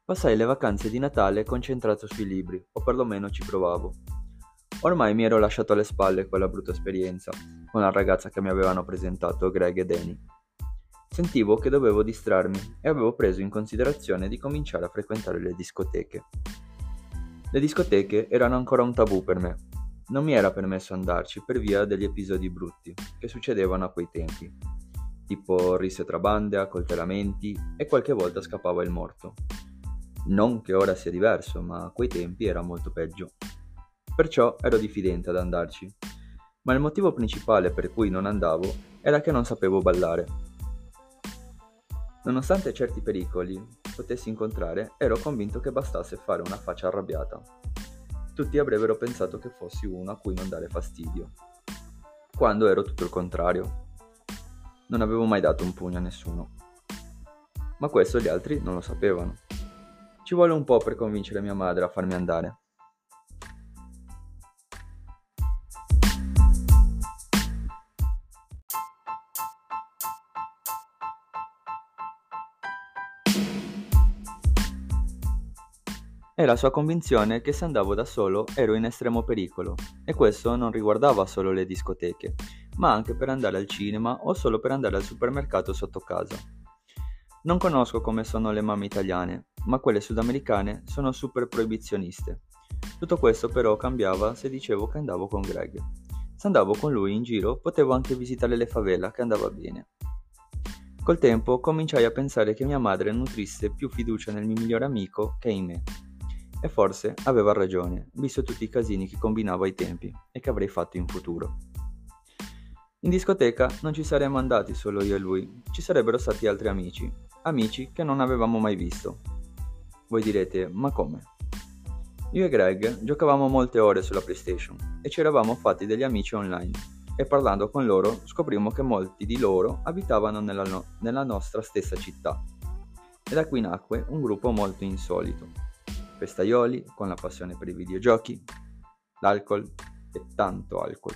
Passai le vacanze di Natale concentrato sui libri, o perlomeno ci provavo. Ormai mi ero lasciato alle spalle quella brutta esperienza con la ragazza che mi avevano presentato Greg e Danny. Sentivo che dovevo distrarmi e avevo preso in considerazione di cominciare a frequentare le discoteche. Le discoteche erano ancora un tabù per me. Non mi era permesso andarci per via degli episodi brutti che succedevano a quei tempi, tipo risse tra bande, accoltellamenti e qualche volta scappava il morto. Non che ora sia diverso, ma a quei tempi era molto peggio. Perciò ero diffidente ad andarci, ma il motivo principale per cui non andavo era che non sapevo ballare. Nonostante certi pericoli potessi incontrare, ero convinto che bastasse fare una faccia arrabbiata. Tutti avrebbero pensato che fossi uno a cui non dare fastidio, quando ero tutto il contrario. Non avevo mai dato un pugno a nessuno. Ma questo gli altri non lo sapevano. Ci volle un po' per convincere mia madre a farmi andare. Era sua convinzione che se andavo da solo ero in estremo pericolo, e questo non riguardava solo le discoteche, ma anche per andare al cinema o solo per andare al supermercato sotto casa. Non conosco come sono le mamme italiane, ma quelle sudamericane sono super proibizioniste. Tutto questo però cambiava se dicevo che andavo con Greg. Se andavo con lui in giro potevo anche visitare le favela, che andava bene. Col tempo cominciai a pensare che mia madre nutrisse più fiducia nel mio migliore amico che in me. E forse aveva ragione, visto tutti i casini che combinavo ai tempi e che avrei fatto in futuro. In discoteca non ci saremmo andati solo io e lui, ci sarebbero stati altri amici che non avevamo mai visto. Voi direte, ma come? Io e Greg giocavamo molte ore sulla PlayStation e ci eravamo fatti degli amici online e parlando con loro scoprimmo che molti di loro abitavano nella nostra stessa città. E da qui nacque un gruppo molto insolito. Festaioli con la passione per i videogiochi, l'alcol e tanto alcol.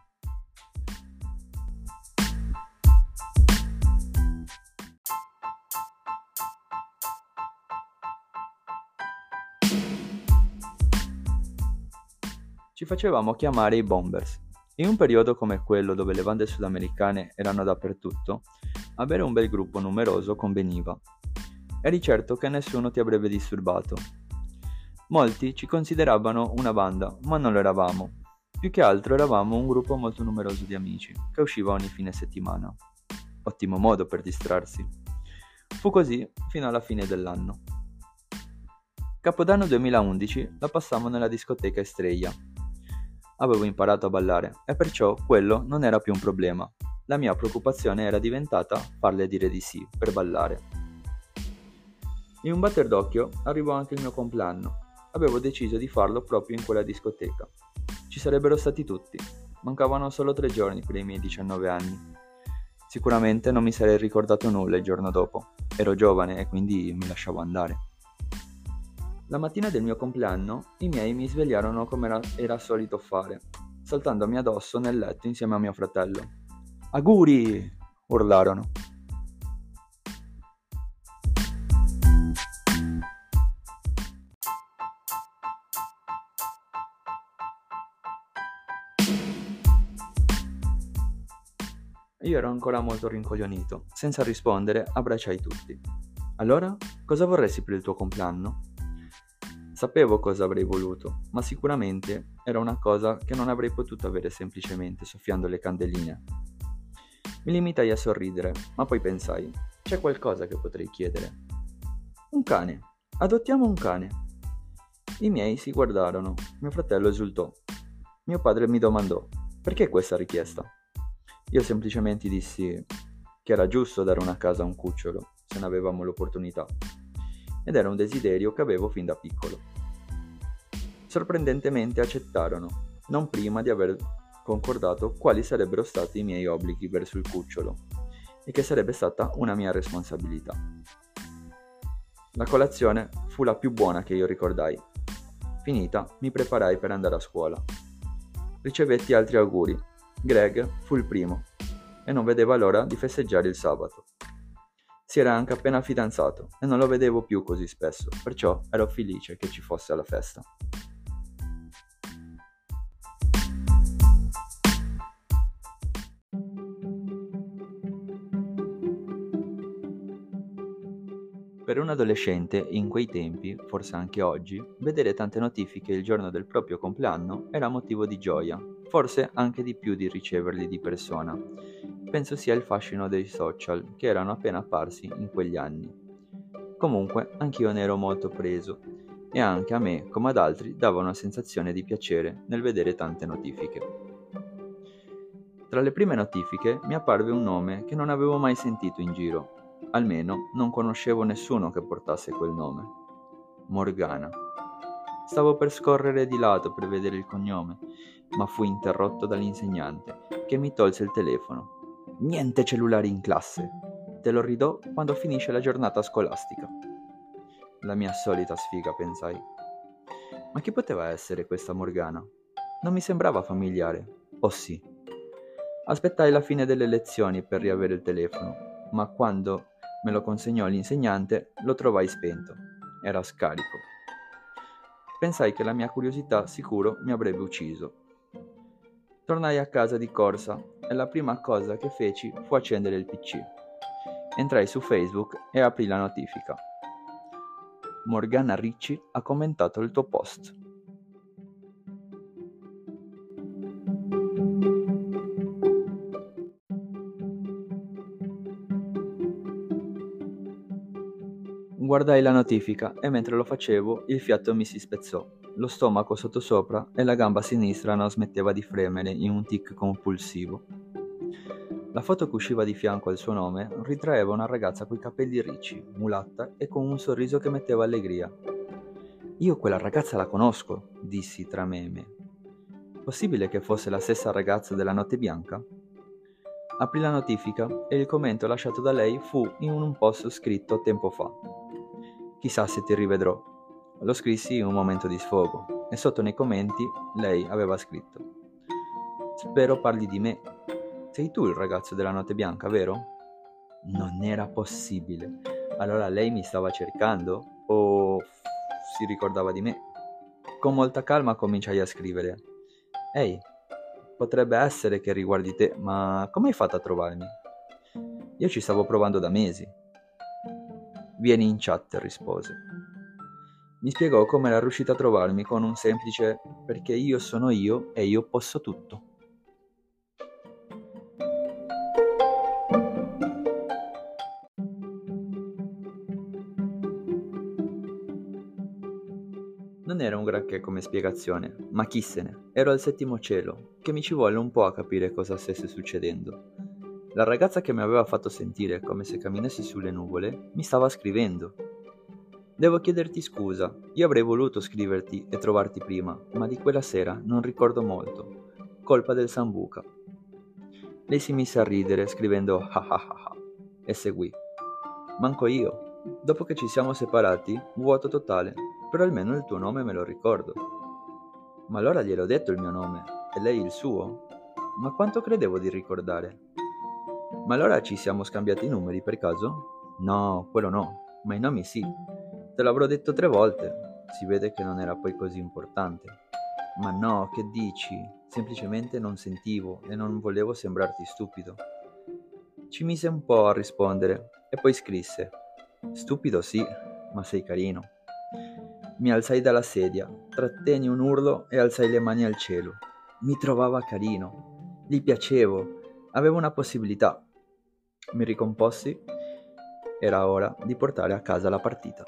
Ci facevamo chiamare i Bombers. In un periodo come quello dove le bande sudamericane erano dappertutto, avere un bel gruppo numeroso conveniva. Eri certo che nessuno ti avrebbe disturbato. Molti ci consideravano una banda, ma non lo eravamo. Più che altro eravamo un gruppo molto numeroso di amici, che usciva ogni fine settimana. Ottimo modo per distrarsi. Fu così fino alla fine dell'anno. Capodanno 2011 la passammo nella discoteca Estrella. Avevo imparato a ballare e perciò quello non era più un problema. La mia preoccupazione era diventata farle dire di sì per ballare. In un batter d'occhio arrivò anche il mio compleanno. Avevo deciso di farlo proprio in quella discoteca. Ci sarebbero stati tutti. Mancavano solo 3 giorni per i miei 19 anni. Sicuramente non mi sarei ricordato nulla il giorno dopo. Ero giovane e quindi mi lasciavo andare. La mattina del mio compleanno i miei mi svegliarono come era solito fare, saltandomi addosso nel letto insieme a mio fratello. Auguri! Urlarono. Io ero ancora molto rincoglionito. Senza rispondere, abbracciai tutti. Allora, cosa vorresti per il tuo compleanno? Sapevo cosa avrei voluto, ma sicuramente era una cosa che non avrei potuto avere semplicemente soffiando le candeline. Mi limitai a sorridere, ma poi pensai, c'è qualcosa che potrei chiedere. Un cane. Adottiamo un cane. I miei si guardarono. Mio fratello esultò. Mio padre mi domandò, perché questa richiesta? Io semplicemente dissi che era giusto dare una casa a un cucciolo, se ne avevamo l'opportunità, ed era un desiderio che avevo fin da piccolo. Sorprendentemente accettarono, non prima di aver concordato quali sarebbero stati i miei obblighi verso il cucciolo, e che sarebbe stata una mia responsabilità. La colazione fu la più buona che io ricordai. Finita, mi preparai per andare a scuola. Ricevetti altri auguri. Greg fu il primo e non vedeva l'ora di festeggiare il sabato. si era anche appena fidanzato e non lo vedevo più così spesso, perciò ero felice che ci fosse alla festa. Per un adolescente, in quei tempi, forse anche oggi, vedere tante notifiche il giorno del proprio compleanno era motivo di gioia, forse anche di più di riceverli di persona. Penso sia il fascino dei social che erano appena apparsi in quegli anni. Comunque, anch'io ne ero molto preso e anche a me, come ad altri, dava una sensazione di piacere nel vedere tante notifiche. Tra le prime notifiche mi apparve un nome che non avevo mai sentito in giro. Almeno non conoscevo nessuno che portasse quel nome. Morgana. Stavo per scorrere di lato per vedere il cognome, ma fui interrotto dall'insegnante, che mi tolse il telefono. Niente cellulari in classe. Te lo ridò quando finisce la giornata scolastica. La mia solita sfiga, pensai. Ma chi poteva essere questa Morgana? Non mi sembrava familiare. O sì? Aspettai la fine delle lezioni per riavere il telefono, ma quando me lo consegnò l'insegnante lo trovai spento. Era scarico. Pensai che la mia curiosità sicuro mi avrebbe ucciso. Tornai a casa di corsa e la prima cosa che feci fu accendere il PC. Entrai su Facebook e aprì la notifica. Morgana Ricci ha commentato il tuo post. Guardai la notifica e mentre lo facevo il fiato mi si spezzò, lo stomaco sottosopra e la gamba sinistra non smetteva di fremere in un tic compulsivo. La foto che usciva di fianco al suo nome ritraeva una ragazza coi capelli ricci, mulatta e con un sorriso che metteva allegria. Io quella ragazza la conosco, dissi tra me e me. Possibile che fosse la stessa ragazza della notte bianca? Aprì la notifica e il commento lasciato da lei fu in un post scritto tempo fa. Chissà se ti rivedrò. Lo scrissi in un momento di sfogo e sotto nei commenti lei aveva scritto: spero parli di me. Sei tu il ragazzo della notte bianca, vero? Non era possibile. Allora lei mi stava cercando o si ricordava di me? Con molta calma cominciai a scrivere: ehi, potrebbe essere che riguardi te, ma come hai fatto a trovarmi? Io ci stavo provando da mesi. Vieni in chat, rispose. Mi spiegò come era riuscita a trovarmi con un semplice perché io sono io e io posso tutto. Non era un granché come spiegazione, ma chi se ne, ero al settimo cielo, che mi ci volle un po' a capire cosa stesse succedendo. La ragazza che mi aveva fatto sentire come se camminassi sulle nuvole mi stava scrivendo. Devo chiederti scusa, io avrei voluto scriverti e trovarti prima, ma di quella sera non ricordo molto. Colpa del Sambuca. Lei si mise a ridere scrivendo ah ah ah ah e seguì. Manco io. Dopo che ci siamo separati, vuoto totale, però almeno il tuo nome me lo ricordo. Ma allora gliel'ho detto il mio nome, e lei il suo? Ma quanto credevo di ricordare? Ma allora ci siamo scambiati i numeri per caso? No, quello no, ma i nomi sì. Te l'avrò detto 3 volte, si vede che non era poi così importante. Ma no, che dici? Semplicemente non sentivo e non volevo sembrarti stupido. Ci mise un po' a rispondere e poi scrisse: stupido sì, ma sei carino. Mi alzai dalla sedia, trattenni un urlo e alzai le mani al cielo. Mi trovava carino, gli piacevo, avevo una possibilità. Mi ricompossi, era ora di portare a casa la partita.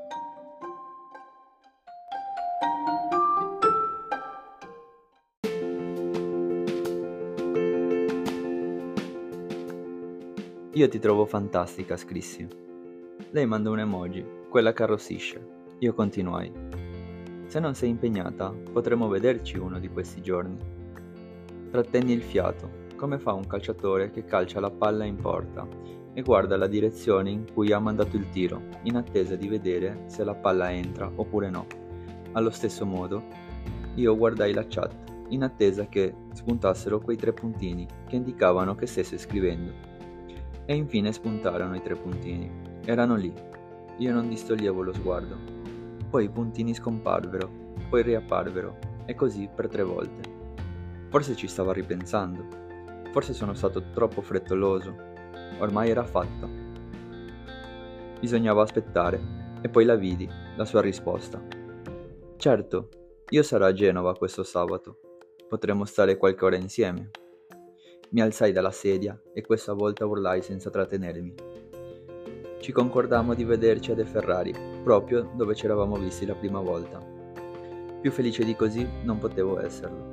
Io ti trovo fantastica, scrissi. Lei mandò un emoji, quella che arrossisce. Io continuai. Se non sei impegnata, potremmo vederci uno di questi giorni. Trattenni il fiato, come fa un calciatore che calcia la palla in porta e guarda la direzione in cui ha mandato il tiro, in attesa di vedere se la palla entra oppure no. Allo stesso modo, io guardai la chat, in attesa che spuntassero quei 3 puntini che indicavano che stesse scrivendo. E infine spuntarono i 3 puntini. Erano lì. Io non distoglievo lo sguardo. Poi i puntini scomparvero, poi riapparvero, e così per 3 volte. Forse ci stava ripensando. Forse sono stato troppo frettoloso. Ormai era fatta. Bisognava aspettare, e poi la vidi, la sua risposta. Certo, io sarò a Genova questo sabato. Potremmo stare qualche ora insieme. Mi alzai dalla sedia e questa volta urlai senza trattenermi. Ci concordammo di vederci a De Ferrari, proprio dove ci eravamo visti la prima volta. Più felice di così non potevo esserlo.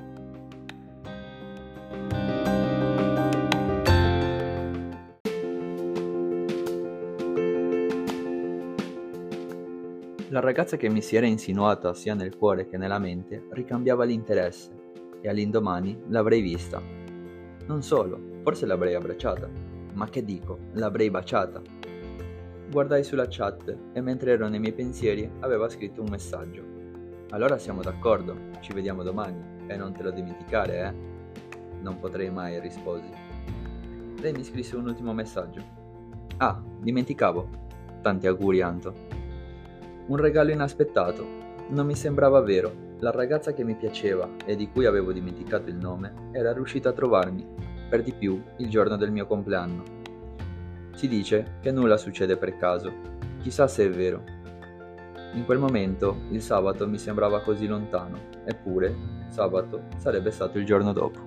La ragazza che mi si era insinuata sia nel cuore che nella mente ricambiava l'interesse e all'indomani l'avrei vista. Non solo, forse l'avrei abbracciata, ma che dico, l'avrei baciata. Guardai sulla chat e mentre ero nei miei pensieri aveva scritto un messaggio. Allora siamo d'accordo, ci vediamo domani e non te lo dimenticare, eh? Non potrei mai, risposi. Lei mi scrisse un ultimo messaggio. Ah, dimenticavo. Tanti auguri, Anto. Un regalo inaspettato. Non mi sembrava vero. La ragazza che mi piaceva e di cui avevo dimenticato il nome era riuscita a trovarmi, per di più, il giorno del mio compleanno. Si dice che nulla succede per caso. Chissà se è vero. In quel momento il sabato mi sembrava così lontano, eppure sabato sarebbe stato il giorno dopo.